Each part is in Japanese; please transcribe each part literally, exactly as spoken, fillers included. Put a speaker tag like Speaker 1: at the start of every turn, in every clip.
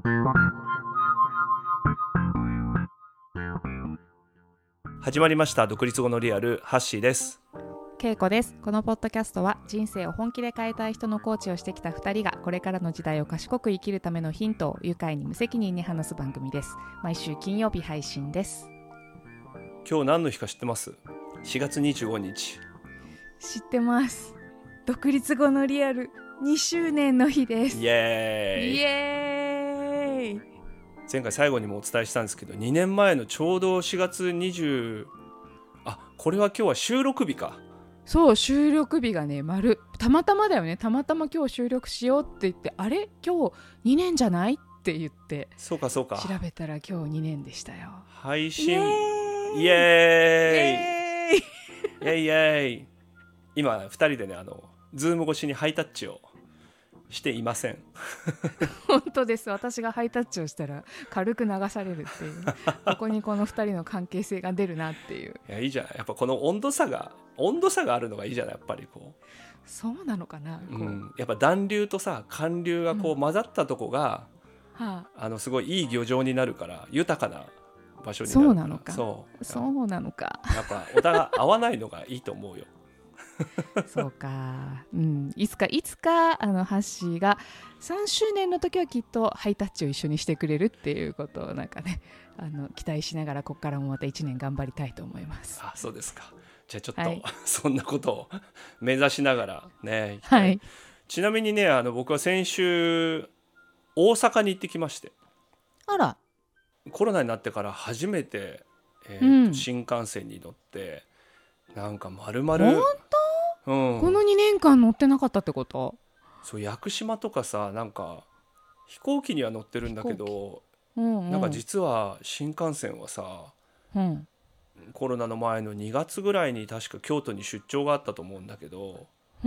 Speaker 1: 始まりました。独立後のリアル、ハッシーです。
Speaker 2: けいこです。このポッドキャストは人生を本気で変えたい人のコーチをしてきたふたりがこれからの時代を賢く生きるためのヒントを愉快に無責任に話す番組です。毎週金曜日配信です。
Speaker 1: 今日何の日か知ってます？しがつにじゅうごにち。
Speaker 2: 知ってます。独立後のリアルにしゅうねんの日です。
Speaker 1: イエーイ。
Speaker 2: イエーイ。
Speaker 1: 前回最後にもお伝えしたんですけど、にねんまえのちょうどしがつにじゅうあ、これは今日は収録日か。
Speaker 2: そう、収録日がね、丸たまたまだよね。たまたま今日収録しようって言って、あれ今日にねんじゃないって言って、
Speaker 1: そうかそうか、
Speaker 2: 調べたら今日にねんでしたよ。
Speaker 1: 配信
Speaker 2: イエーイ
Speaker 1: イエーイイエーイイエーイイエーイ。今ふたりでね、あのズーム越しにハイタッチをしていません。
Speaker 2: 本当です。私がハイタッチをしたら軽く流されるっていうここにこのふたりの関係性が出るなっていう。
Speaker 1: いや、いいじゃない。やっぱこの温度差が温度差があるのがいいじゃない。やっぱりこう、
Speaker 2: そうなのかな、こう、
Speaker 1: うん、やっぱ暖流とさ寒流がこう混ざったとこが、
Speaker 2: うん、は
Speaker 1: あ、あのすごいいい漁場になるから豊かな場所になるから。
Speaker 2: そうなのか。
Speaker 1: そう
Speaker 2: そうなのか。
Speaker 1: やっぱお互い合わないのがいいと思うよ。
Speaker 2: そうか、うん、いつかいつかあのハッシーがさんしゅうねんの時はきっとハイタッチを一緒にしてくれるっていうことをなんかね、あの期待しながらここからもまたいちねん頑張りたいと思います。
Speaker 1: あ、そうですか。じゃあちょっと、はい、そんなことを目指しながらね、
Speaker 2: はい、
Speaker 1: ちなみにね、あの僕は先週大阪に行ってきまして。
Speaker 2: あら。
Speaker 1: コロナになってから初めて、えーとうん、新幹線に乗ってなんか丸々
Speaker 2: 本当、うん、このにねんかん乗ってなかったってこと？
Speaker 1: そう、屋久島とかさ、なんか飛行機には乗ってるんだけど、
Speaker 2: うんうん、
Speaker 1: なんか実は新幹線はさ、
Speaker 2: うん、
Speaker 1: コロナの前のにがつぐらいに確か京都に出張があったと思うんだけど、
Speaker 2: うん、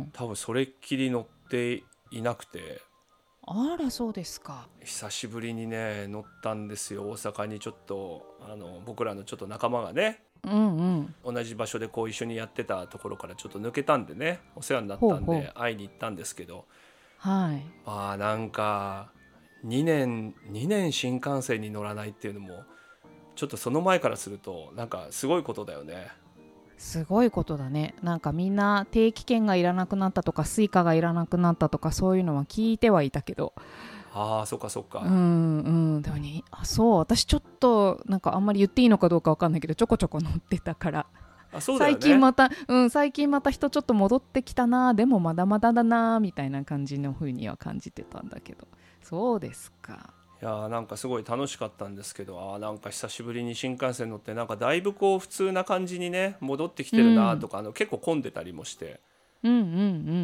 Speaker 1: 多分それっきり乗っていなくて。
Speaker 2: あら、そうですか。
Speaker 1: 久しぶりにね乗ったんですよ。大阪にちょっとあの僕らのちょっと仲間がね、
Speaker 2: うんうん、
Speaker 1: 同じ場所でこう一緒にやってたところからちょっと抜けたんでね、お世話になったんで
Speaker 2: ほうほう
Speaker 1: 会いに行ったんですけど、
Speaker 2: はい、
Speaker 1: まあなんかにねんにねん新幹線に乗らないっていうのもちょっとその前からするとなんかすごいことだよね。
Speaker 2: すごいことだね。なんかみんな定期券がいらなくなったとかスイカがいらなくなったとかそういうのは聞いてはいたけど、
Speaker 1: ああ、そっかそっか。
Speaker 2: うんうん。でもね、あ、そう、私ちょっとなんかあんまり言っていいのかどうかわかんないけどちょこちょこ乗ってたから。
Speaker 1: あ、そうだよね、
Speaker 2: 最近また、うん、最近また人ちょっと戻ってきたな、でもまだまだだなみたいな感じの風には感じてたんだけど。そうですか。
Speaker 1: いや、なんかすごい楽しかったんですけど、あ、なんか久しぶりに新幹線乗ってなんかだいぶこう普通な感じにね戻ってきてるなとか、うん、あの結構混んでたりもして、
Speaker 2: うんうんうん、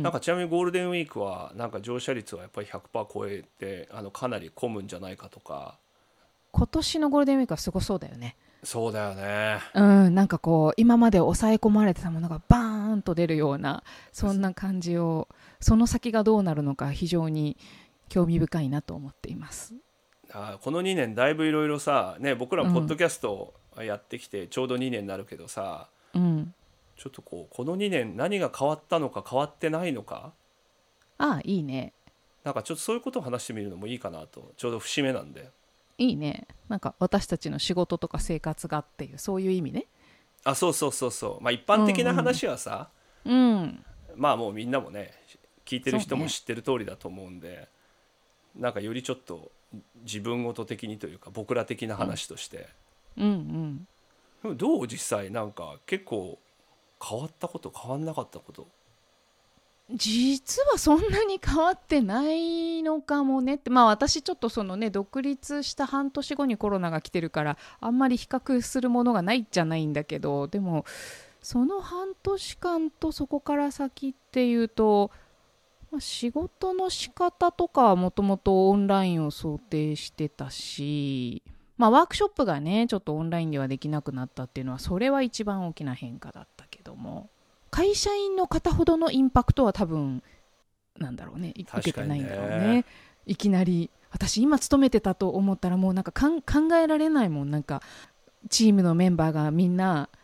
Speaker 1: なんかちなみにゴールデンウィークはなんか乗車率はやっぱり ひゃくパーセント 超えて、あのかなり混むんじゃないかとか。
Speaker 2: 今年のゴールデンウィークはすごそうだよね。
Speaker 1: そうだよね。
Speaker 2: うん、なんかこう今まで抑え込まれてたものがバーンと出るようなそんな感じを、その先がどうなるのか非常に興味深いなと思っています。
Speaker 1: あ、このにねんだいぶいろいろさ、ね、僕らポッドキャストやってきてちょうどにねんになるけどさ、
Speaker 2: うん、
Speaker 1: ちょっとこうこのにねん何が変わったのか変わってないのか、
Speaker 2: ああ、いいね。
Speaker 1: なんかちょっとそういうことを話してみるのもいいかなと。ちょうど節目なんで。
Speaker 2: いいね。なんか私たちの仕事とか生活がっていうそういう意味ね。
Speaker 1: あ、そうそうそうそう。まあ一般的な話はさ、
Speaker 2: うんうん、
Speaker 1: まあもうみんなもね聞いてる人も知ってる通りだと思うんで、ね、なんかよりちょっと自分ごと的にというか僕ら的な話として、
Speaker 2: うんうん
Speaker 1: うん、どう実際なんか結構変わったこと変わんなかったこと。
Speaker 2: 実はそんなに変わってないのかもねって。まあ私ちょっとそのね独立した半年後にコロナが来てるからあんまり比較するものがないじゃないんだけど、でもその半年間とそこから先っていうと、まあ、仕事の仕方とかはもともとオンラインを想定してたし、まあワークショップがねちょっとオンラインではできなくなったっていうのはそれは一番大きな変化だったけども、会社員の方ほどのインパクトは多分なんだろうね、受けてないんだろうね。いきなり私今勤めてたと思ったらもうなんかかん考えられないもん。なんかチームのメンバーがみんな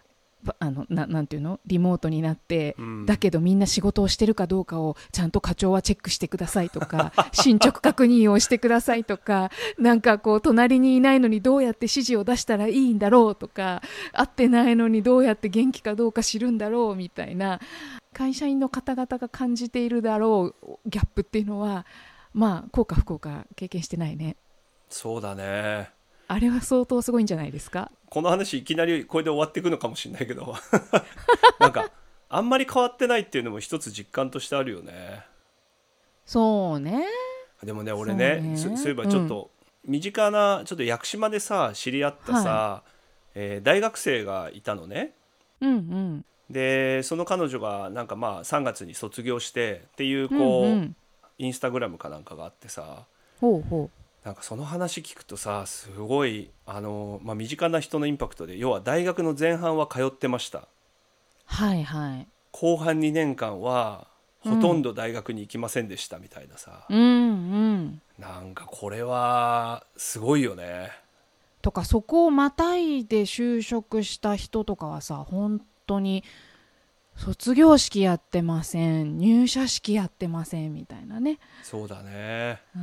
Speaker 2: ばあのななんていうのリモートになって、
Speaker 1: うん、
Speaker 2: だけどみんな仕事をしてるかどうかをちゃんと課長はチェックしてくださいとか進捗確認をしてくださいとか、なんかこう隣にいないのにどうやって指示を出したらいいんだろうとか、会ってないのにどうやって元気かどうか知るんだろうみたいな、会社員の方々が感じているだろうギャップっていうのは、まあ幸か不幸か経験してないね。
Speaker 1: そうだね。
Speaker 2: あれは相当すごいんじゃないですか。
Speaker 1: この話いきなりこれで終わっていくのかもしれないけどなんかあんまり変わってないっていうのも一つ実感としてあるよね。
Speaker 2: そうね。
Speaker 1: でもね俺ね、そ、
Speaker 2: そうね、
Speaker 1: そういえばちょっと身近なちょっと屋久島でさ知り合ったさ、
Speaker 2: は
Speaker 1: えー大学生がいたのね。
Speaker 2: うんうん
Speaker 1: でその彼女がなんかまあさんがつに卒業してっていう
Speaker 2: うん
Speaker 1: こう、
Speaker 2: うん、
Speaker 1: インスタグラムかなんかがあってさ、
Speaker 2: ほうほ
Speaker 1: なんかその話聞くとさすごいあの、まあ、身近な人のインパクトで、要は大学の前半は通ってました、
Speaker 2: はいはい、
Speaker 1: 後半にねんかんはほとんど大学に行きませんでしたみたいなさ、
Speaker 2: うんうん、
Speaker 1: なんかこれはすごいよね。
Speaker 2: とかそこをまたいで就職した人とかはさ、本当に卒業式やってません、入社式やってませんみたいなね。
Speaker 1: そうだね。
Speaker 2: うん、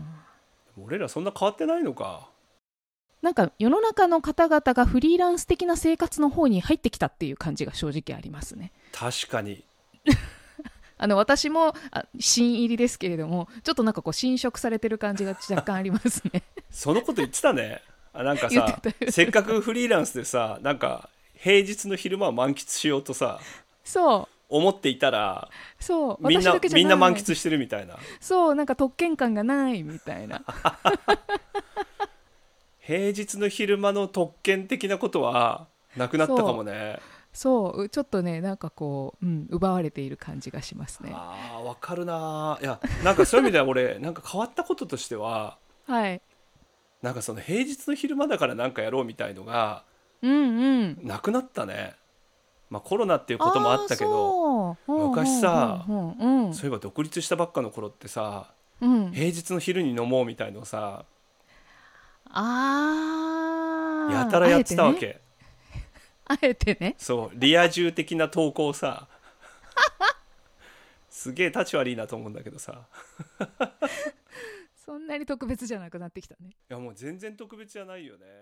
Speaker 1: 俺らそんな変わってないのか。
Speaker 2: なんか世の中の方々がフリーランス的な生活の方に入ってきたっていう感じが正直ありますね。
Speaker 1: 確かに。
Speaker 2: あの私もあ新入りですけれども、ちょっとなんかこう侵食されてる感じが若干ありますね。
Speaker 1: そのこと言ってたね。あなんか
Speaker 2: 言って
Speaker 1: さ
Speaker 2: た
Speaker 1: せっかくフリーランスでさなんか平日の昼間を満喫しようとさ
Speaker 2: そう
Speaker 1: 思っていたら、
Speaker 2: そう、
Speaker 1: みんな
Speaker 2: 私だけじゃない、
Speaker 1: みんな満喫してるみたいな。
Speaker 2: そう、なんか特権感がないみたいな。
Speaker 1: 平日の昼間の特権的なことはなくなったかもね。
Speaker 2: そうちょっとね、なんかこう、うん、奪われている感じがしますね。
Speaker 1: あーわかるな。いやなんかそういう意味では俺なんか変わったこととしては、
Speaker 2: はい、
Speaker 1: なんかその平日の昼間だからなんかやろうみたいのが
Speaker 2: うんうん、
Speaker 1: なくなったね。まあコロナっていうこともあったけど、
Speaker 2: そう
Speaker 1: 昔さ
Speaker 2: うんうんうん、
Speaker 1: そういえば独立したばっかの頃ってさ
Speaker 2: うん、
Speaker 1: 平日の昼に飲もうみたいのをさ
Speaker 2: あー
Speaker 1: やたらやってたわけ。
Speaker 2: あえてね、あえてね、
Speaker 1: そうリア充的な投稿をさすげえ立ち悪いなと思うんだけどさ、
Speaker 2: そんなに特別じゃなくなってきたね。
Speaker 1: いやもう全然特別じゃないよね。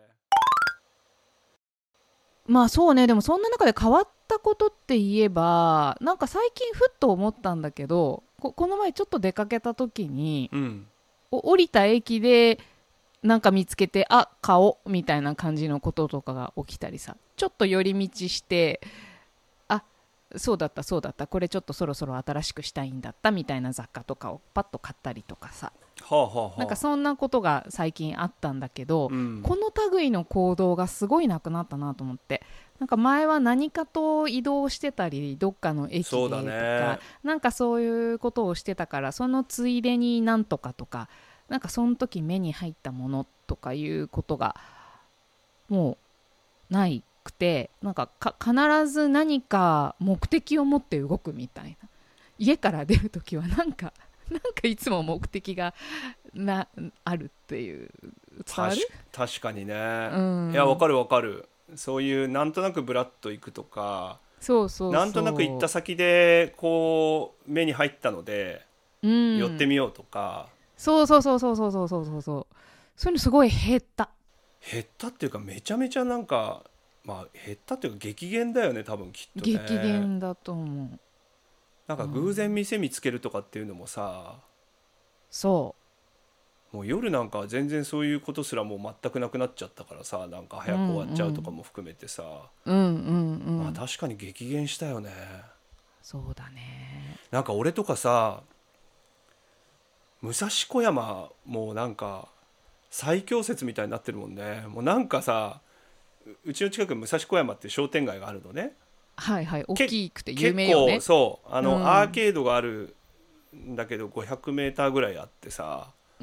Speaker 2: まあそうね、でもそんな中で変わったことって言えば、なんか最近ふっと思ったんだけど、こ、この前ちょっと出かけた時に、
Speaker 1: うん
Speaker 2: お降りた駅でなんか見つけて、あ、買おうみたいな感じのこととかが起きたりさ、ちょっと寄り道して、あ、そうだったそうだった、これちょっとそろそろ新しくしたいんだったみたいな雑貨とかをパッと買ったりとかさ、
Speaker 1: はあはあはあ、
Speaker 2: なんかそんなことが最近あったんだけど、
Speaker 1: うん、
Speaker 2: この類の行動がすごいなくなったなと思って。なんか前は何かと移動してたり、どっかの駅で
Speaker 1: そうだ
Speaker 2: とか、
Speaker 1: ね。
Speaker 2: なんかそういうことをしてたから、そのついでになんとかとか、なんかその時目に入ったものとかいうことがもうないくて、なんか、か必ず何か目的を持って動くみたいな。家から出る時はなんかなんかいつも目的がなあるっていう、伝わる？
Speaker 1: 確確かにね、
Speaker 2: うん、
Speaker 1: いやわかるわかる。そういうなんとなくブラッと行くとか、
Speaker 2: そうそうそう、
Speaker 1: なんとなく行った先でこう目に入ったので
Speaker 2: うん、
Speaker 1: 寄ってみようとか、
Speaker 2: そうそうそうそうそうそうそうそうそう、そういうのすごい減った。
Speaker 1: 減ったっていうかめちゃめちゃなんかまあ減ったっていうか激減だよね多分きっとね。
Speaker 2: 激減だと思う。
Speaker 1: なんか偶然店見つけるとかっていうのもさ、
Speaker 2: そ
Speaker 1: もう夜なんか全然そういうことすらもう全くなくなっちゃったからさ、なんか早く終わっちゃうとかも含めてさ、
Speaker 2: う、うんうんうん、
Speaker 1: まあ確かに激減したよね。
Speaker 2: そうだね。
Speaker 1: なんか俺とかさ武蔵小山もうなんか最強説みたいになってるもんね。もうなんかさ、ううちの近くに武蔵小山っていう商店街があるのね。
Speaker 2: はいはい、大
Speaker 1: け
Speaker 2: きくて有名よね。
Speaker 1: 結構そうあの、
Speaker 2: うん、
Speaker 1: アーケードがあるんだけどごひゃくメーターぐらいあってさ、
Speaker 2: うん、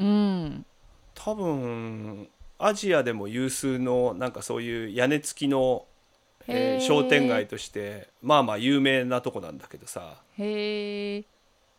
Speaker 1: 多分アジアでも有数のなんかそういう屋根付きの、えー商店街としてまあまあ有名なとこなんだけどさ、
Speaker 2: へえ、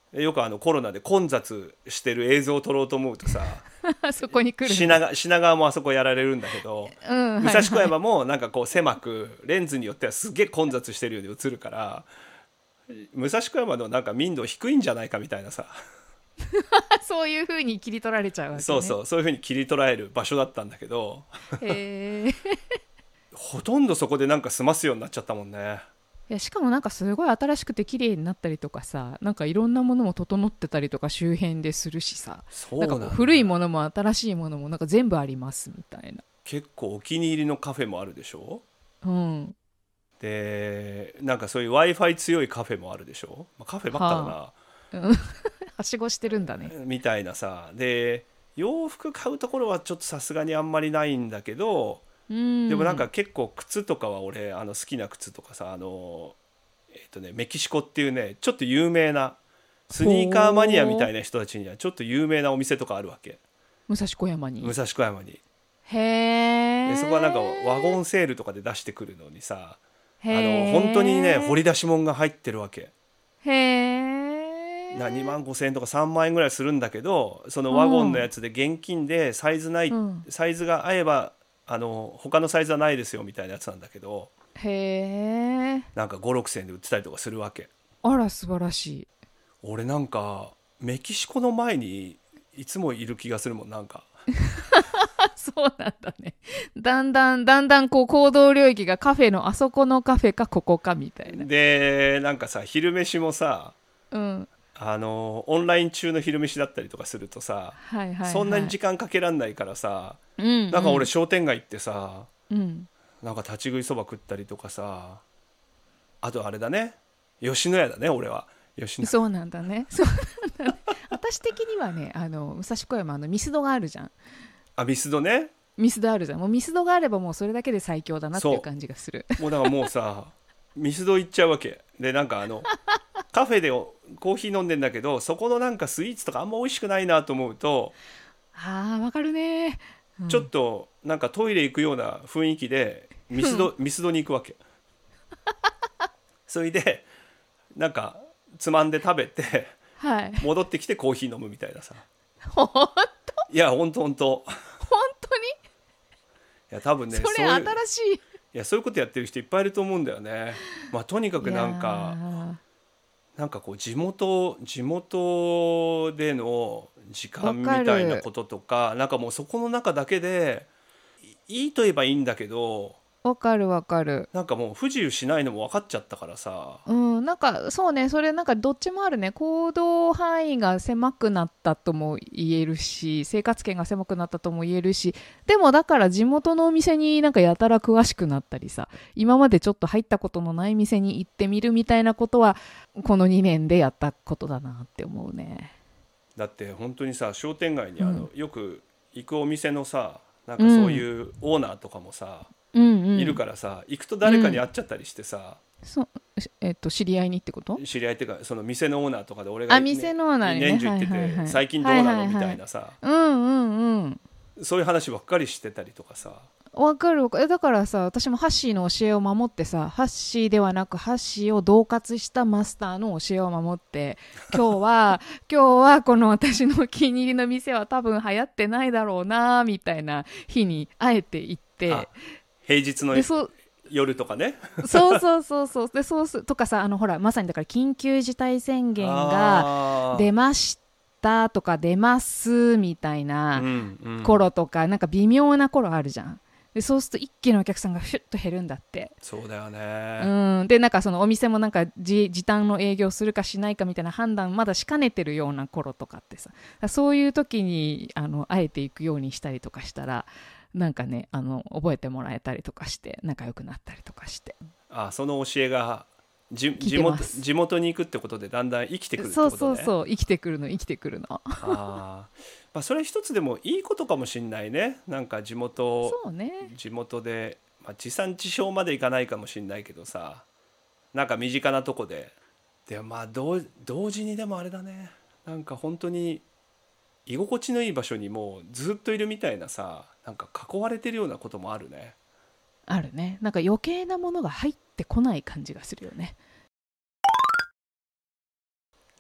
Speaker 1: よくあのコロナで混雑してる映像を撮ろうと思うとさ
Speaker 2: そこに来る
Speaker 1: 品川、品川もあそこやられるんだけど、
Speaker 2: うん、はいはい、
Speaker 1: 武蔵小山もなんかこう狭くレンズによってはすげえ混雑してるように映るから、武蔵小山のなんか民度低いんじゃないかみたいなさ
Speaker 2: そういう風に切り取られちゃうわけね。
Speaker 1: そうそう、そういう風に切り取られる場所だったんだけど
Speaker 2: へえ
Speaker 1: ほとんどそこでなんか済ますようになっちゃったもんね。
Speaker 2: いやしかもなんかすごい新しくて綺麗になったりとかさ、なんかいろんなものも整ってたりとか周辺でするしさ、
Speaker 1: そうなんだ。
Speaker 2: なんかこう古いものも新しいものもなんか全部ありますみたいな。
Speaker 1: 結構お気に入りのカフェもあるでしょ。
Speaker 2: うん
Speaker 1: でなんかそういう Wi-Fi 強いカフェもあるでしょ、まあ、カフェばっかだな、
Speaker 2: はあ、うんはしごしてるんだね。
Speaker 1: みたいなさ。で洋服買うところはちょっとさすがにあんまりないんだけど、
Speaker 2: うん
Speaker 1: でもなんか結構靴とかは俺あの好きな靴とかさ、あのえっとねメキシコっていうねちょっと有名なスニーカーマニアみたいな人たちにはちょっと有名なお店とかあるわけ、
Speaker 2: 武蔵小山に。
Speaker 1: 武蔵小山に。
Speaker 2: へえ。
Speaker 1: でそこはなんかワゴンセールとかで出してくるのにさ、あ
Speaker 2: へ
Speaker 1: の本当にね掘り出し物が入ってるわけ。
Speaker 2: へえ。
Speaker 1: なにまんごせんえんとかさんまんえんぐらいするんだけど、そのワゴンのやつで現金でサイズない、
Speaker 2: うん、
Speaker 1: サイズが合えばあの他のサイズはないですよみたいなやつなんだけど、
Speaker 2: へえ。
Speaker 1: なんかご、ろくせんえんで売ってたりとかするわけ。
Speaker 2: あら素晴らしい。
Speaker 1: 俺なんかメキシコの前にいつもいる気がするもん。なんか
Speaker 2: そうなんだね。だんだんだんだんこう行動領域がカフェのあそこのカフェかここかみたいな。
Speaker 1: でなんかさ昼飯もさ、
Speaker 2: うん。
Speaker 1: あのオンライン中の昼飯だったりとかするとさ、
Speaker 2: はいはい、はい、
Speaker 1: そんなに時間かけらんないからさ、
Speaker 2: うんうん、
Speaker 1: なんか俺商店街行ってさ、
Speaker 2: うん、
Speaker 1: なんか立ち食いそば食ったりとかさ、あとあれだね吉野家だね俺は。吉野家。
Speaker 2: そうなんだね。そうなんだね。私的にはね、あの武蔵小山のミスドがあるじゃん。
Speaker 1: あミスドね。
Speaker 2: ミスドあるじゃん。もうミスドがあればもうそれだけで最強だなっていう感じがする。
Speaker 1: もうだからもうさミスド行っちゃうわけで、なんかあのカフェでコーヒー飲んでんだけど、そこのなんかスイーツとかあんま美味しくないなと思うと、
Speaker 2: あーわかるね、うん、
Speaker 1: ちょっとなんかトイレ行くような雰囲気でミスド、ミスドに行くわけそれでなんかつまんで食べて、
Speaker 2: はい、
Speaker 1: 戻ってきてコーヒー飲むみたいなさ。
Speaker 2: ほんと
Speaker 1: いやほんとほんと
Speaker 2: 本当に
Speaker 1: いや多分ね
Speaker 2: それ
Speaker 1: そういう
Speaker 2: 新しい。
Speaker 1: いやそういうことやってる人いっぱいいると思うんだよね。まあとにかくなんかなんかこう地元地元での時間みたいなこととか、なんかもうそこの中だけでいいと言えばいいんだけど、
Speaker 2: わかるわかる。
Speaker 1: なんかもう不自由しないのも分かっちゃったからさ。
Speaker 2: うん、なんかそうね、それなんかどっちもあるね。行動範囲が狭くなったとも言えるし、生活圏が狭くなったとも言えるし、でもだから地元のお店になんかやたら詳しくなったりさ、今までちょっと入ったことのない店に行ってみるみたいなことはこのにねんでやったことだなって思うね。
Speaker 1: だって本当にさ商店街にあの、
Speaker 2: うん、
Speaker 1: よく行くお店のさ、なんかそういうオーナーとかもさ、
Speaker 2: うんうん、
Speaker 1: いるからさ、行くと誰かに会っちゃったりしてさ、
Speaker 2: うん、そえっと知り合いにってこと？
Speaker 1: 知り合いっていうかその店のオーナーとかで俺が、
Speaker 2: あ、店のオーナーにね、
Speaker 1: 年中行ってて、
Speaker 2: はいはいはい、
Speaker 1: 最近どうなの、
Speaker 2: はいはいはい、
Speaker 1: みたいなさ、
Speaker 2: うんうんうん、
Speaker 1: そういう話ばっかりしてたりとかさ。
Speaker 2: わかるわかる。だからさ、私もハッシーの教えを守ってさ、ハッシーではなくハッシーを同活したマスターの教えを守って、今日は今日はこの私のお気に入りの店は多分流行ってないだろうなみたいな日にあえて行って、
Speaker 1: 平日の
Speaker 2: でそ
Speaker 1: 夜とかね
Speaker 2: そうそうそうそうでそうすとかさ、あのほらまさにだから緊急事態宣言が出ましたとか出ますみたいな頃とか、うんうん、なんか微妙な頃あるじゃん。でそうすると一気にお客さんがフュッと減るんだって。
Speaker 1: そうだよね、
Speaker 2: うん、でなんかそのお店もなんか時短の営業するかしないかみたいな判断まだしかねてるような頃とかってさ、そういう時にあのあえていくようにしたりとかしたら、なんかね、あの覚えてもらえたりとかして仲良くなったりとかして、
Speaker 1: あ、その教えが地元、地元に行くってことでだんだん生きてくるってことね。
Speaker 2: そうそうそう、生きてくるの生きてくるのあ、
Speaker 1: まあ、それ一つでもいいことかもしんないね。なんか地元、
Speaker 2: そうね、
Speaker 1: 地元で、まあ、地産地消までいかないかもしんないけどさ、なんか身近なとこで、でまあ同同時にでもあれだね、なんか本当に居心地のいい場所にもうずっといるみたいなさ、なんか囲われてるようなこともあるね。
Speaker 2: あるね。なんか余計なものが入ってこない感じがするよね。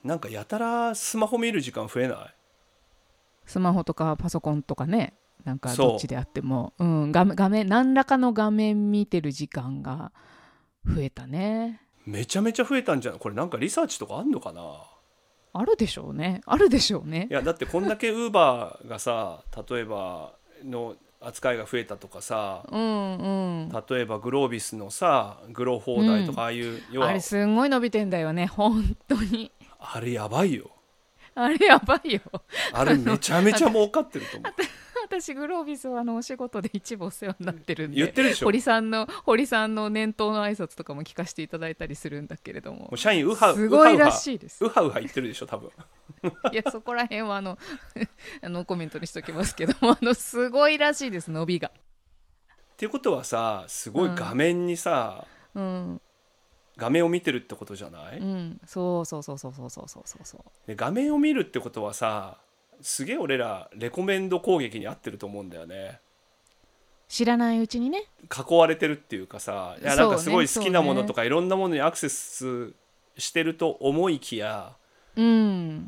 Speaker 1: なんかやたらスマホ見る時間増えない？
Speaker 2: スマホとかパソコンとかね、なんか
Speaker 1: そう
Speaker 2: どっちであっても、うん、画面、画面何らかの画面見てる時間が増えたね。
Speaker 1: めちゃめちゃ増えたんじゃない？これなんかリサーチとかあんのかな？
Speaker 2: あるでしょうね、あるでしょうね。
Speaker 1: いやだってこんだけウーバーがさ例えばの扱いが増えたとかさ、
Speaker 2: うんうん、
Speaker 1: 例えばグロービスのさグロ放題とか、ああいう要は
Speaker 2: あれすんごい伸びてんだよね本当に。
Speaker 1: あれやばいよ。
Speaker 2: あれやばいよ。
Speaker 1: あれめちゃめちゃ儲かってると思う。
Speaker 2: 私グロービスはあのお仕事で一部お世話になってるんで、
Speaker 1: 言ってるでしょ。
Speaker 2: 堀さんの堀さんの年頭の挨拶とかも聞かせていただいたりするんだけれども、
Speaker 1: もう社員ウハ
Speaker 2: すごいらしいです。
Speaker 1: ウハウハ言ってるでしょ多分。
Speaker 2: いやそこら辺はあのあのコメントにしときますけども、あのすごいらしいです、伸びが。
Speaker 1: っていうことはさ、すごい画面にさ、
Speaker 2: うん、
Speaker 1: 画面を見てるってことじゃない？
Speaker 2: うん、そうそうそうそうそうそうそうそう。
Speaker 1: で画面を見るってことはさ、すげえ俺らレコメンド攻撃に遭ってると思うんだよね。
Speaker 2: 知らないうちにね、
Speaker 1: 囲われてるっていうかさ、いやなんかすごい好きなものとかいろんなものにアクセスしてると思いきや、
Speaker 2: うん、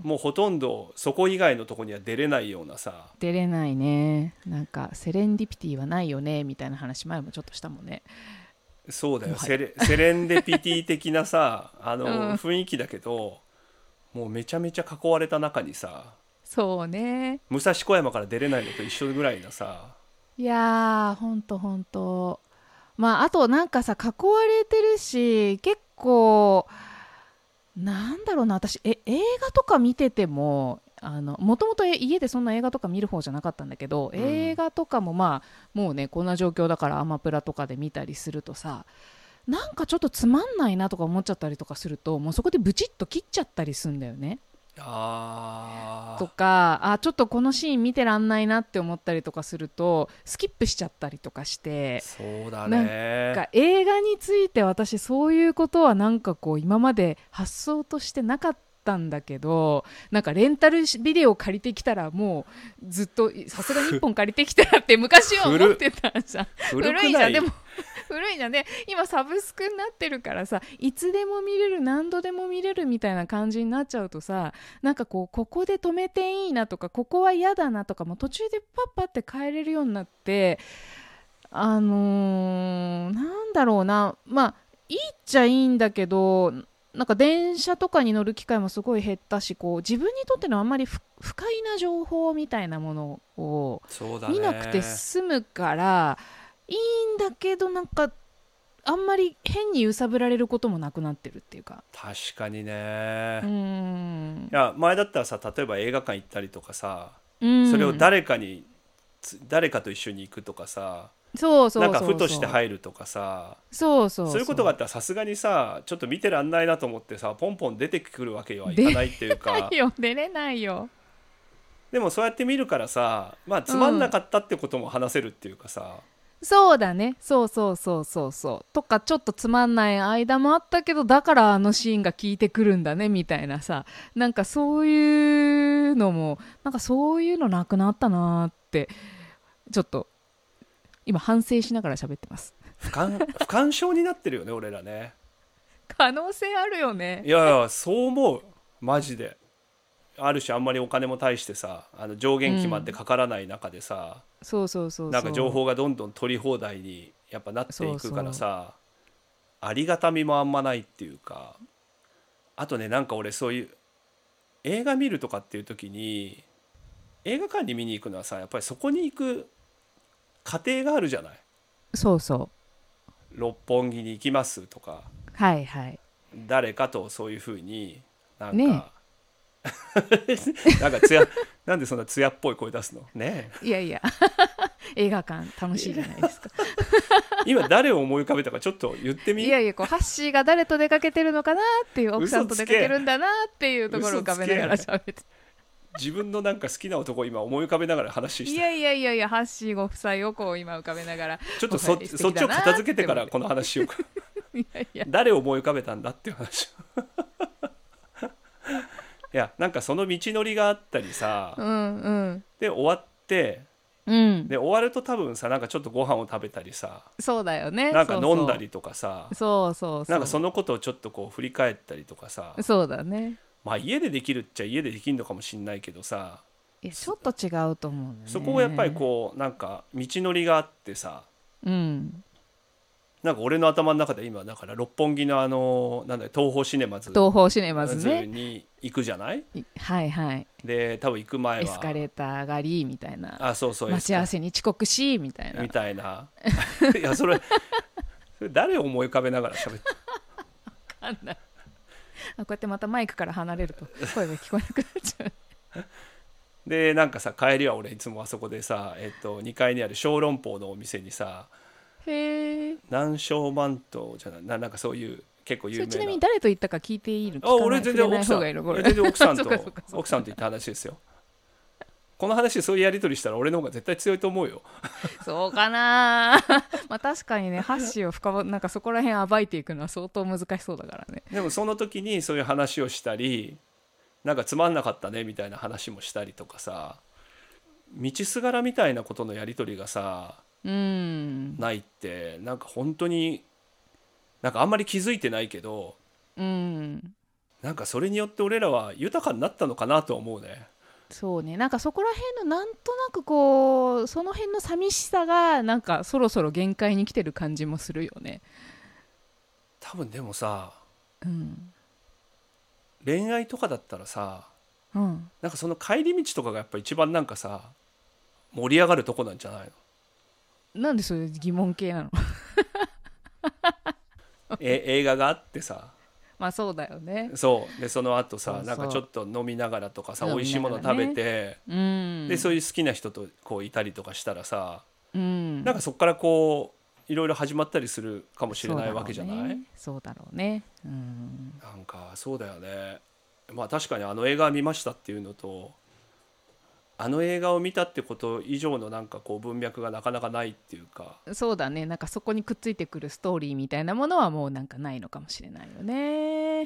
Speaker 1: もうほとんどそこ以外のとこには出れないようなさ。
Speaker 2: 出れないね。なんかセレンディピティはないよねみたいな話前もちょっとしたもんね。
Speaker 1: そうだよ、セレ、セレンデピティ的なさあの、
Speaker 2: うん、
Speaker 1: 雰囲気だけど、もうめちゃめちゃ囲われた中にさ、
Speaker 2: そうね、
Speaker 1: 武蔵小山から出れないのと一緒ぐらいなさ。
Speaker 2: いやーほんとほんと。まああとなんかさ囲われてるし、結構なんだろうな、私え映画とか見てても、あのもともと家でそんな映画とか見る方じゃなかったんだけど、
Speaker 1: うん、
Speaker 2: 映画とかもまあもうねこんな状況だからアマプラとかで見たりするとさ、なんかちょっとつまんないなとか思っちゃったりとかすると、もうそこでブチッと切っちゃったりすんだよね。
Speaker 1: あ
Speaker 2: とか、あちょっとこのシーン見てらんないなって思ったりとかするとスキップしちゃったりとかして、
Speaker 1: そうだ
Speaker 2: なん
Speaker 1: ね。
Speaker 2: か映画について私そういうことはなんかこう今まで発想としてなかったんだけど、なんかレンタルビデオ借りてきたらもうずっとさすがにいっぽん借りてきたらって昔は思ってたじゃん。
Speaker 1: 古くない？
Speaker 2: 古いじゃん。でも古いじゃんね。今サブスクになってるからさ、いつでも見れる何度でも見れるみたいな感じになっちゃうとさ、なんかこうここで止めていいなとかここは嫌だなとかも途中でパッパって変えれるようになって、あのー、なんだろうな、まあいいっちゃいいんだけど、なんか電車とかに乗る機会もすごい減ったし、こう自分にとってのあんまり不快な情報みたいなものを見なくて済むからいいんだけど、なんかあんまり変に揺さぶられることもなくなってるっていうか。
Speaker 1: 確かにね。
Speaker 2: うーん、
Speaker 1: いや前だったらさ、例えば映画館行ったりとかさ、
Speaker 2: うん、
Speaker 1: それを誰かに誰かと一緒に行くとかさ、
Speaker 2: そうそうそうそう、
Speaker 1: なんかふとして入るとかさ、
Speaker 2: そうそうそう、
Speaker 1: そういうことがあったらさすがにさちょっと見てらんないなと思ってさポンポン出てくるわけはいかないっていうか。
Speaker 2: 出れないよ、出れないよ。
Speaker 1: でもそうやって見るからさ、まあつまんなかったってことも話せるっていうかさ、
Speaker 2: うん、そうだね、そうそうそうそうそうとか、ちょっとつまんない間もあったけどだからあのシーンが効いてくるんだねみたいなさ、なんかそういうのもなんかそういうのなくなったなってちょっと今反省しながら喋ってます。
Speaker 1: 不感不感症になってるよね俺らね。
Speaker 2: 可能性あるよね。
Speaker 1: いやいやそう思うマジで。ある種あんまりお金も大してさ、あの上限決まってかからない中でさ、
Speaker 2: うん、そうそうそうそう、
Speaker 1: なんか情報がどんどん取り放題にやっぱなっていくからさ、そうそうありがたみもあんまないっていうか。あとね、なんか俺そういう映画見るとかっていう時に映画館に見に行くのはさ、やっぱりそこに行く過程があるじゃない。そうそう六本木に行きますとか、
Speaker 2: はいはい、
Speaker 1: 誰かとそういう風になんか、
Speaker 2: ね
Speaker 1: なんかつやなんでそんな艶っぽい声出すのね
Speaker 2: え。いやいや映画館楽しいじゃないですか
Speaker 1: 今誰を思い浮かべたかちょっと言ってみ。
Speaker 2: いやいや、こうハッシーが誰と出かけてるのかなっていう、奥さんと出かけるんだなっていうところを浮かべながら喋って、
Speaker 1: 自分のなんか好きな男を今思い浮かべながら話して、
Speaker 2: いやいやいやいや、ハッシーご夫妻をこう今浮かべながら、
Speaker 1: ちょっと そ, そっちを片付けてからこの話しようか
Speaker 2: いやいや、
Speaker 1: 誰を思い浮かべたんだっていう話いやなんかその道のりがあったりさ、
Speaker 2: うんうん、
Speaker 1: で終わって、うん、で終わると多分さ、なんかちょっとご飯を食べたりさ、
Speaker 2: そうだよね、
Speaker 1: なんか飲んだりとかさ、
Speaker 2: そうそうそう、
Speaker 1: なんかそのことをちょっとこう振り返ったりとかさ、
Speaker 2: そうだね、
Speaker 1: まあ家でできるっちゃ家でできるのかもしんないけどさ、
Speaker 2: いやちょっと違うと思うんだよね。
Speaker 1: そこをやっぱりこうなんか道のりがあってさ、
Speaker 2: うん
Speaker 1: なんか俺の頭の中で今だから六本木のあのなんだよ東宝シネマズ
Speaker 2: 東宝シネマズね。
Speaker 1: に行くじゃない。
Speaker 2: いはいはい。
Speaker 1: で多分行く前は
Speaker 2: エスカレーター上がりみたいな、
Speaker 1: あそうそう
Speaker 2: 待ち合わせに遅刻しみたいな
Speaker 1: みたいないやそれそれ誰を思い浮かべながら喋って
Speaker 2: あんなあこうやってまたマイクから離れると声が聞こえなくなっちゃう
Speaker 1: でなんかさ帰りは俺いつもあそこでさ、えっと、にかいにある小籠包のお店にさ
Speaker 2: へえ。
Speaker 1: 南小万島じゃないな、なんかそういう結構有名な。
Speaker 2: ちなみに誰と言ったか聞いていいの？
Speaker 1: あ俺全然奥さん全然奥さんと奥さんと言った話ですよ。この話そういうやり取りしたら俺の方が絶対強いと思うよ。
Speaker 2: そうかなまあ確かにねハッシーを深なんかそこら辺暴いていくのは相当難しそうだからね。
Speaker 1: でもその時にそういう話をしたりなんかつまんなかったねみたいな話もしたりとかさ、道すがらみたいなことのやり取りがさ
Speaker 2: うん
Speaker 1: ないってなんか本当になんかあんまり気づいてないけど、
Speaker 2: うん
Speaker 1: なんかそれによって俺らは豊かになったのかなと思うね。
Speaker 2: そうね、なんかそこら辺のなんとなくこうその辺の寂しさがなんかそろそろ限界に来てる感じもするよね。
Speaker 1: 多分でもさ
Speaker 2: うん
Speaker 1: 恋愛とかだったらさ
Speaker 2: うん
Speaker 1: なんかその帰り道とかがやっぱ一番なんかさ盛り上がるとこなんじゃないの。
Speaker 2: なんでそれ疑問系なの
Speaker 1: え映画があってさ
Speaker 2: まあそうだよね。
Speaker 1: そうでその後さ
Speaker 2: そうそう
Speaker 1: なんかちょっと飲みながらとかさ
Speaker 2: 飲みながらね
Speaker 1: 美味しいもの食べて、
Speaker 2: うん
Speaker 1: でそういう好きな人とこういたりとかしたらさ
Speaker 2: うん
Speaker 1: なんかそこからこういろいろ始まったりするかもしれないわけじゃない。
Speaker 2: そうだろうね。うん
Speaker 1: なんかそうだよね。まあ確かにあの映画見ましたっていうのとあの映画を見たってこと以上のなんかこう文脈がなかなかないっていうか。
Speaker 2: そうだね、なんかそこにくっついてくるストーリーみたいなものはもうなんかないのかもしれないよね。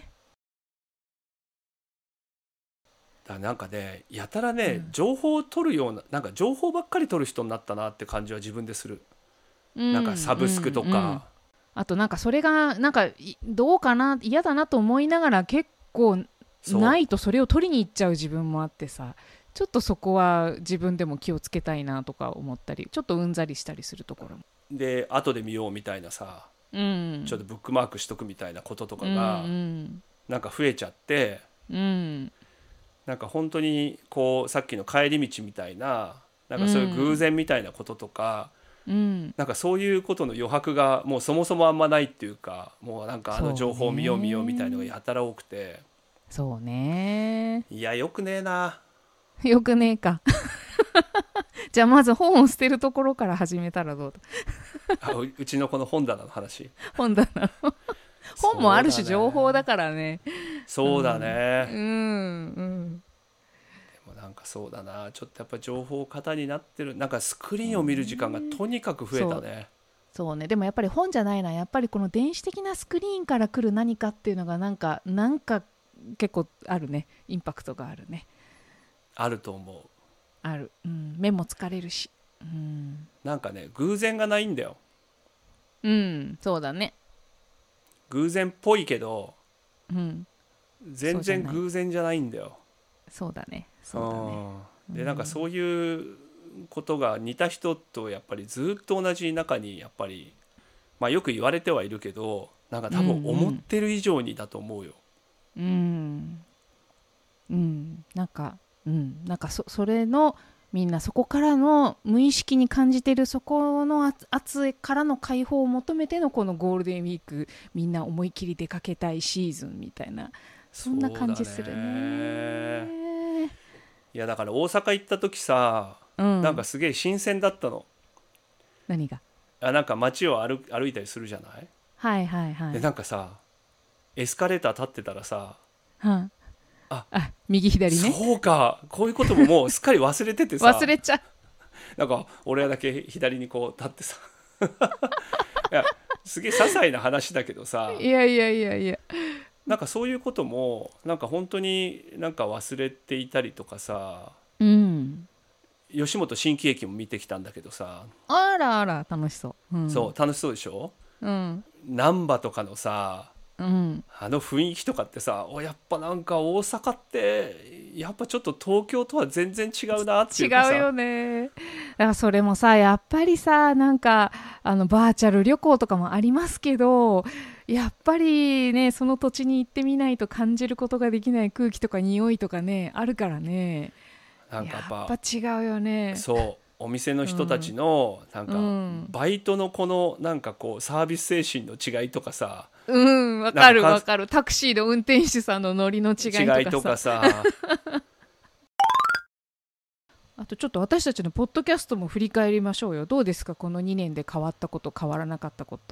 Speaker 1: だなんかねやたらね、
Speaker 2: うん
Speaker 1: 情報を取るようななんか情報ばっかり取る人になったなって感じは自分でする。
Speaker 2: うん
Speaker 1: なんかサブスクとか、
Speaker 2: うんうん、あとなんかそれがなんかどうかな嫌だなと思いながら結構ないとそれを取りに行っちゃう自分もあってさ、ちょっとそこは自分でも気をつけたいなとか思ったりちょっとうんざりしたりするところも
Speaker 1: で後で見ようみたいなさ、
Speaker 2: うん、
Speaker 1: ちょっとブックマークしとくみたいなこととかが、
Speaker 2: うんうん、
Speaker 1: なんか増えちゃって、
Speaker 2: うん、
Speaker 1: なんか本当にこうさっきの帰り道みたいななんかそういう偶然みたいなこととか、うん、なんかそういうことの余白がもうそもそもあんまないっていうか、もうなんかあの情報を見よう見ようみたいのがやたら多くて、
Speaker 2: そうね、
Speaker 1: いやよくねえな
Speaker 2: よくねえかじゃあまず本を捨てるところから始めたらどうだ
Speaker 1: あ う, うちのこの本棚の話
Speaker 2: 本棚の本もある種情報だからね。
Speaker 1: そうだね、
Speaker 2: うん、うん、
Speaker 1: でもなんかそうだな、ちょっとやっぱ情報過多になってる。なんかスクリーンを見る時間がとにかく増えたね。
Speaker 2: そう、そうね、でもやっぱり本じゃないな、やっぱりこの電子的なスクリーンから来る何かっていうのがなんかなんか結構あるね、インパクトがあるね。
Speaker 1: あると思う。
Speaker 2: ある、うん、目も疲れるし、うん、
Speaker 1: なんかね偶然がないんだよ。
Speaker 2: うん、そうだね。
Speaker 1: 偶然っぽいけど、
Speaker 2: うん、
Speaker 1: 全然偶然じゃないんだよ。
Speaker 2: そうだね、そうだね。
Speaker 1: で、うん、なんかそういうことが似た人とやっぱりずっと同じ中にやっぱり、まあ、よく言われてはいるけど、なんか多分思ってる以上にだと思うよ。
Speaker 2: うん、うんうん、なんか、うん、なんか そ, それのみんなそこからの無意識に感じてるそこの圧からの解放を求めてのこのゴールデンウィーク、みんな思い切り出かけたいシーズンみたいな、そんな感じする ね, ね。
Speaker 1: いやだから大阪行った時さ、うん、なんかすげえ新鮮だったの。
Speaker 2: 何が？
Speaker 1: あなんか街を 歩, 歩いたりするじゃない。
Speaker 2: はいはいはい。
Speaker 1: でなんかさエスカレーター立ってたらさ、
Speaker 2: うん、ああ右左ね。
Speaker 1: そうか、こういうことももうすっかり忘れててさ
Speaker 2: 忘れちゃう。
Speaker 1: なんか俺だけ左にこう立ってさいやすげえ些細な話だけどさ、
Speaker 2: いやいやいやいや、
Speaker 1: なんかそういうこともなんか本当になんか忘れていたりとかさ、
Speaker 2: うん、
Speaker 1: 吉本新喜劇も見てきたんだけどさ、
Speaker 2: あらあら楽しそう、うん、
Speaker 1: そう楽しそうでしょ、
Speaker 2: うん、
Speaker 1: 難波とかのさ
Speaker 2: うん、
Speaker 1: あの雰囲気とかってさ、おやっぱなんか大阪ってやっぱちょっと東京とは全然違うなって
Speaker 2: 違
Speaker 1: いうかさ。
Speaker 2: うよね。だからそれもさ、やっぱりさ、なんかあのバーチャル旅行とかもありますけど、やっぱりね、その土地に行ってみないと感じることができない空気とか匂いとかね、あるからね。
Speaker 1: なん
Speaker 2: や
Speaker 1: かやっぱ
Speaker 2: っぱ違うよね。
Speaker 1: そうお店の
Speaker 2: う
Speaker 1: 人たち
Speaker 2: ん、
Speaker 1: のなん
Speaker 2: う
Speaker 1: か
Speaker 2: ん、
Speaker 1: バイトのこのなんかこうサービス精神の違いとかさ、
Speaker 2: うん、わか
Speaker 1: なんかか
Speaker 2: るわかる。タクシーの運転手さんのノリの違いと
Speaker 1: 違いとか
Speaker 2: かさ。
Speaker 1: さ。
Speaker 2: あとちょっと私たちのポッドキャストも振り返りましょうよ。どうですか、このにねんで変わったこと、変わらなかったこと。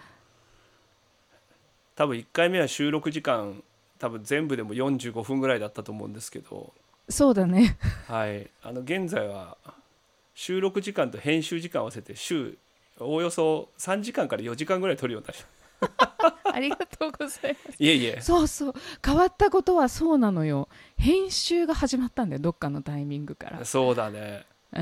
Speaker 1: 多分いっかいめは収録時間多分全部でもよんじゅうごふんぐらいだったと思うんですけど、
Speaker 2: そうだね。
Speaker 1: はい、あの現在は収録時間と編集時間合わせて週おおよそさんじかんからよじかんぐらい撮るようになりました。
Speaker 2: ありがとうございます。
Speaker 1: いえいえ。
Speaker 2: そうそう、変わったことはそうなのよ。編集が始まったんだよ、どっかのタイミングから。
Speaker 1: そうだね。
Speaker 2: うん、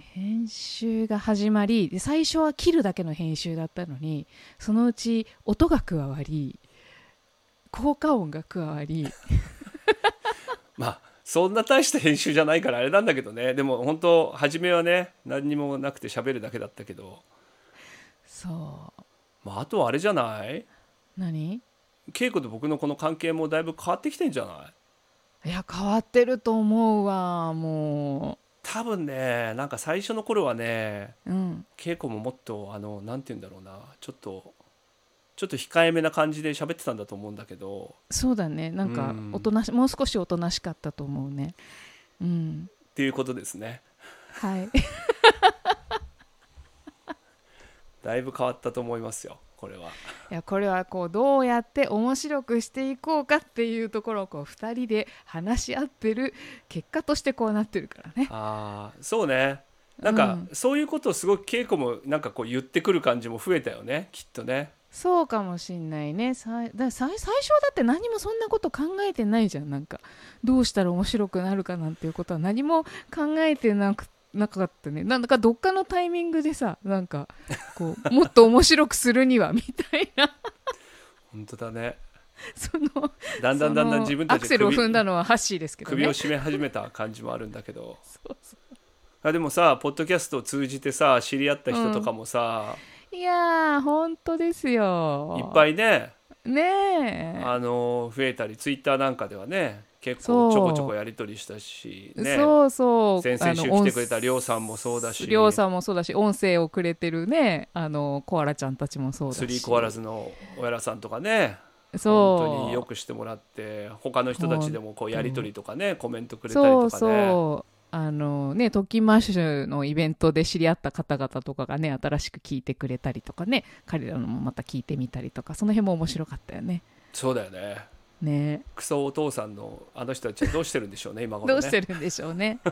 Speaker 2: 編集が始まり、で最初は切るだけの編集だったのに、そのうち音が加わり、効果音が加わり。
Speaker 1: まあそんな大した編集じゃないからあれなんだけどね。でも本当初めはね何にもなくて喋るだけだったけど、
Speaker 2: そ
Speaker 1: まあ、あとはあれじゃない、
Speaker 2: う。何？
Speaker 1: 稽古と僕のこの関係もだいぶ変わってきてんじゃない。
Speaker 2: いや、変わってると思うわ、も
Speaker 1: 多分ね。なんか最初の頃はね
Speaker 2: う。うん。
Speaker 1: 稽古ももっとあのなんて言うんだろうな、ちょっとちょっと控えめな感じで喋ってたんだと思うんだけど、
Speaker 2: そうだね。な
Speaker 1: う
Speaker 2: んか、お
Speaker 1: ん
Speaker 2: となし、もう少しおとなしかったと思うね。うん。
Speaker 1: っていうことですね。
Speaker 2: はい。
Speaker 1: だいぶ変わったと思いますよこれは。
Speaker 2: いや、これはこうどうやって面白くしていこうかっていうところをこうふたりで話し合ってる結果としてこうなってるからね。
Speaker 1: ああそうね。なんか
Speaker 2: うん、
Speaker 1: そういうことをすごく稽古もなんかこう言ってくる感じも増えたよねきっとね。
Speaker 2: そうかもしんないね。さいだ最最初だって何もそんなこと考えてないじゃん。なんかどうしたら面白くなるかなんていうことは何も考えてなくなかったね。なんかどっかのタイミングでさ、なんかこうもっと面白くするにはみたいな。
Speaker 1: 本当だね。
Speaker 2: その
Speaker 1: だんだんだんだん自分たちで
Speaker 2: アクセルを踏んだ
Speaker 1: 首
Speaker 2: のはハッシーですけどね。
Speaker 1: 首を絞め始めた感じもあるんだけど、
Speaker 2: そうそ
Speaker 1: あでもさポッドキャストを通じてさ知り合った
Speaker 2: う、うん、
Speaker 1: 人とかもさ、
Speaker 2: いやー本当です
Speaker 1: いっぱ
Speaker 2: よ。
Speaker 1: いね、
Speaker 2: ね
Speaker 1: あの増えたりツイッターなんかではね結構ちょこちょこ
Speaker 2: そ
Speaker 1: やり取りしたし
Speaker 2: う
Speaker 1: ね。
Speaker 2: そうそう、あ
Speaker 1: 先々週来
Speaker 2: の音
Speaker 1: てくれたりょうさんもそうだ
Speaker 2: りょう
Speaker 1: し、
Speaker 2: さんもそうだし、音声をくれてるね、あのコアラちゃんたちもそう
Speaker 1: ス
Speaker 2: だし、
Speaker 1: リーコアラズのおやらさんとかね、本当によ
Speaker 2: そ
Speaker 1: くしてもらって、他の
Speaker 2: う、
Speaker 1: 人たち
Speaker 2: ほん
Speaker 1: でもこうやり取
Speaker 2: と、
Speaker 1: りとかねコメントくれたり
Speaker 2: そう
Speaker 1: とかね。
Speaker 2: そう、あのね、トキマッシュのイベントで知り合った方々とかがね、新しく聞いてくれたりとかね、彼らのもまた聞いてみたりとか、その辺も面白かったよね。
Speaker 1: そうだよね。
Speaker 2: ね、
Speaker 1: クソお父さんのあの人たちはどうしてるんでしょうね今頃
Speaker 2: どうし
Speaker 1: ね。
Speaker 2: てるんでしょうね。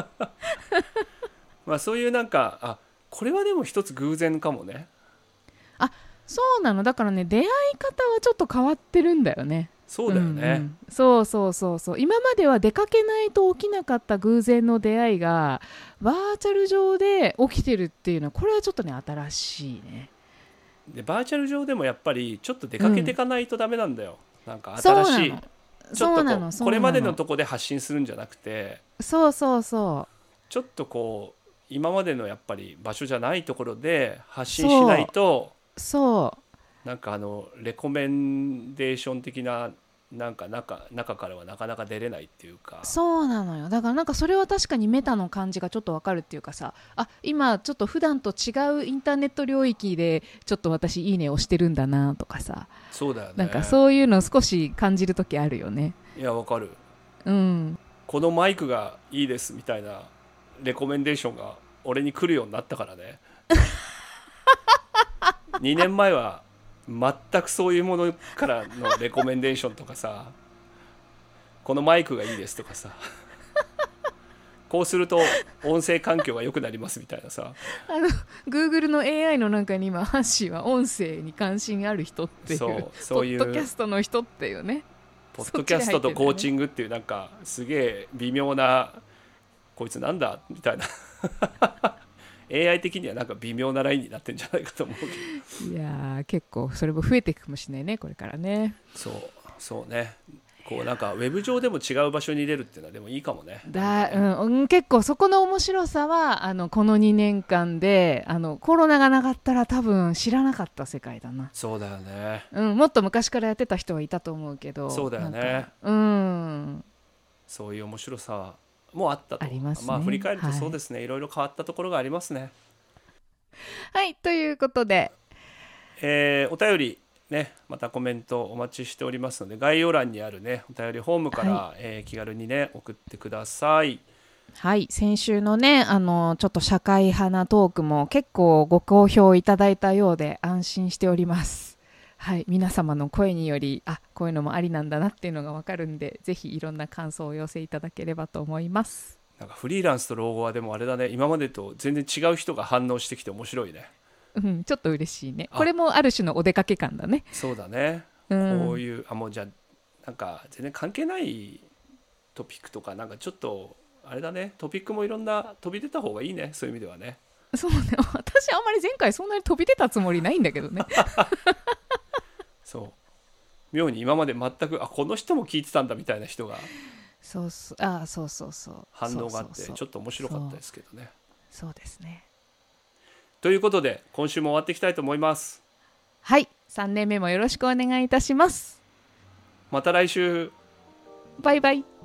Speaker 1: まあそういうなんかあこれはでも一つ偶然かもね。
Speaker 2: あ、そうなの。だからね、出会い方はちょっと変わってるんだよね。
Speaker 1: そう
Speaker 2: うんう
Speaker 1: だよね。
Speaker 2: ん、そうそうそうそう。今までは出かけないと起きなかった偶然の出会いがバーチャル上で起きてるっていうのは、これはちょっとね新しいね。
Speaker 1: でバーチャル上でもやっぱりちょっと出
Speaker 2: うん、
Speaker 1: かけていかないとダメなんだよ。なんか新しい
Speaker 2: そうなの、
Speaker 1: ちょっとこ
Speaker 2: そうなの、
Speaker 1: うこれまでの
Speaker 2: そうなの、
Speaker 1: とこで発信するんじゃなくて、
Speaker 2: そうそうそう、
Speaker 1: ちょっとこう今までのやっぱり場所じゃないところで発信しない
Speaker 2: そ
Speaker 1: と、
Speaker 2: うそう、
Speaker 1: なんかあのレコメンデーション的ななんか中中からはなかなか出れないっていうか。
Speaker 2: そうなのよ。だからなんかそれは確かにメタの感じがちょっとわかるっていうかさ、あ、今ちょっと普段と違うインターネット領域でちょっと私いいねをしてるんだなとかさ、
Speaker 1: そうだよ
Speaker 2: なんか
Speaker 1: ね。
Speaker 2: そういうの少し感じる時あるよね。
Speaker 1: いやわかる。
Speaker 2: うん。
Speaker 1: このマイクがいいですみたいなレコメンデーションが俺に来るようになったからね。にねんまえは全くそういうものからのレコメンデーションとかさ、このマイクがいいですとかさ、こうすると音声環境が良くなりますみたいなさ。
Speaker 2: あの Google の エーアイ の中に今ハッシーは音声に関心ある人っていう、
Speaker 1: そう
Speaker 2: ポ
Speaker 1: そういう
Speaker 2: ッドキャストの人っていうね。
Speaker 1: ポッ
Speaker 2: そっちで
Speaker 1: ドキャストと
Speaker 2: 入ってんだよね。
Speaker 1: コーチングっていうなんかすげえ微妙な、こいつなんだみたいなエーアイ 的にはなんか微妙なラインになってんじゃないかと思うけど
Speaker 2: いやー結構それも増えていくかもしれないねこれからね。
Speaker 1: そうそうね、こうなんかウェブ上でも違う場所に出るっていうのはでもいいかもね。
Speaker 2: だ、
Speaker 1: なんかね
Speaker 2: うん、結構そこの面白さはあのこのにねんかんであのコロナがなかったら多分知らなかった世界だな。
Speaker 1: そうだよね。
Speaker 2: うん、もっと昔からやってた人はいたと思うけど、
Speaker 1: そうだよね
Speaker 2: なんかうん
Speaker 1: そういう面白さもあったと。
Speaker 2: ありますね
Speaker 1: まあ振り返ると
Speaker 2: はい
Speaker 1: そうですね、いろいろ変わったところがありますね。
Speaker 2: はいということで
Speaker 1: えーお便りね、またコメントお待ちしておりますので、概要欄にあるねお便りフォームから、
Speaker 2: は
Speaker 1: えー気軽にね送ってください。
Speaker 2: はい先週のねあのちょっと社会派なトークも結構ご好評いただいたようで安心しております。はい皆様の声によりあこういうのもありなんだなっていうのがわかるんで、ぜひいろんな感想をお寄せいただければと思います。
Speaker 1: なんかフリーランスと老後はでもあれだね、今までと全然違う人が反応してきて面白いね。
Speaker 2: うん、ちょっと嬉しいね。
Speaker 1: あ
Speaker 2: これもある種のお出かけ感だね。
Speaker 1: そうだね、
Speaker 2: うん
Speaker 1: こういうあもうじゃあなんか全然関係ないトピックとかなんかちょっとあれだね、トピックもいろんな飛び出た方がいいね、そういう意味ではね。
Speaker 2: そうね私あんまり前回そんなに飛び出たつもりないんだけどね
Speaker 1: そう妙に今まで全くあこの人も聞いてたんだみたいな人が
Speaker 2: そうそうあそうそうそう
Speaker 1: 反応があって
Speaker 2: そうそうそう
Speaker 1: ちょっと面白かったですけどね。
Speaker 2: そうですね。
Speaker 1: ということで今週も終わっていきたいと思います。
Speaker 2: はいさんねんめもよろしくお願いいたします。
Speaker 1: また来週。
Speaker 2: バイバイ。